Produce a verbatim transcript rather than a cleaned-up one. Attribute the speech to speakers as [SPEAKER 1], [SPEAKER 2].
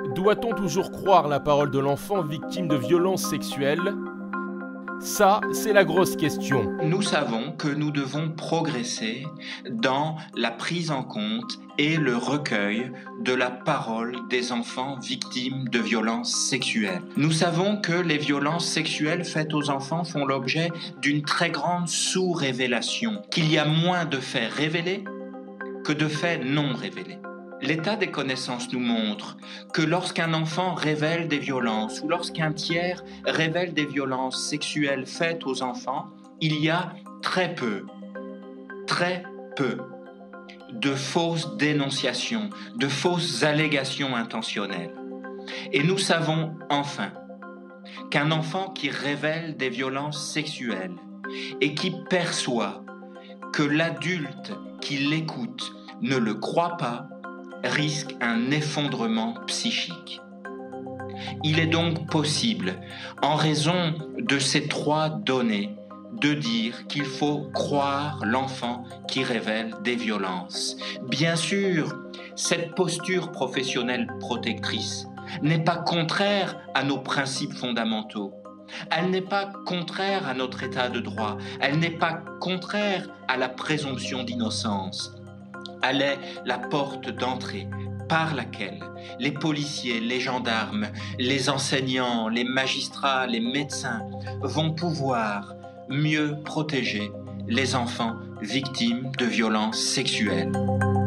[SPEAKER 1] Doit-on toujours croire la parole de l'enfant victime de violences sexuelles ? Ça, c'est la grosse question.
[SPEAKER 2] Nous savons que nous devons progresser dans la prise en compte et le recueil de la parole des enfants victimes de violences sexuelles. Nous savons que les violences sexuelles faites aux enfants font l'objet d'une très grande sous-révélation, qu'il y a moins de faits révélés que de faits non révélés. L'état des connaissances nous montre que lorsqu'un enfant révèle des violences ou lorsqu'un tiers révèle des violences sexuelles faites aux enfants, il y a très peu, très peu de fausses dénonciations, de fausses allégations intentionnelles. Et nous savons enfin qu'un enfant qui révèle des violences sexuelles et qui perçoit que l'adulte qui l'écoute ne le croit pas, risque un effondrement psychique. Il est donc possible, en raison de ces trois données, de dire qu'il faut croire l'enfant qui révèle des violences. Bien sûr, cette posture professionnelle protectrice n'est pas contraire à nos principes fondamentaux. Elle n'est pas contraire à notre état de droit. Elle n'est pas contraire à la présomption d'innocence. Elle est la porte d'entrée par laquelle les policiers, les gendarmes, les enseignants, les magistrats, les médecins vont pouvoir mieux protéger les enfants victimes de violences sexuelles.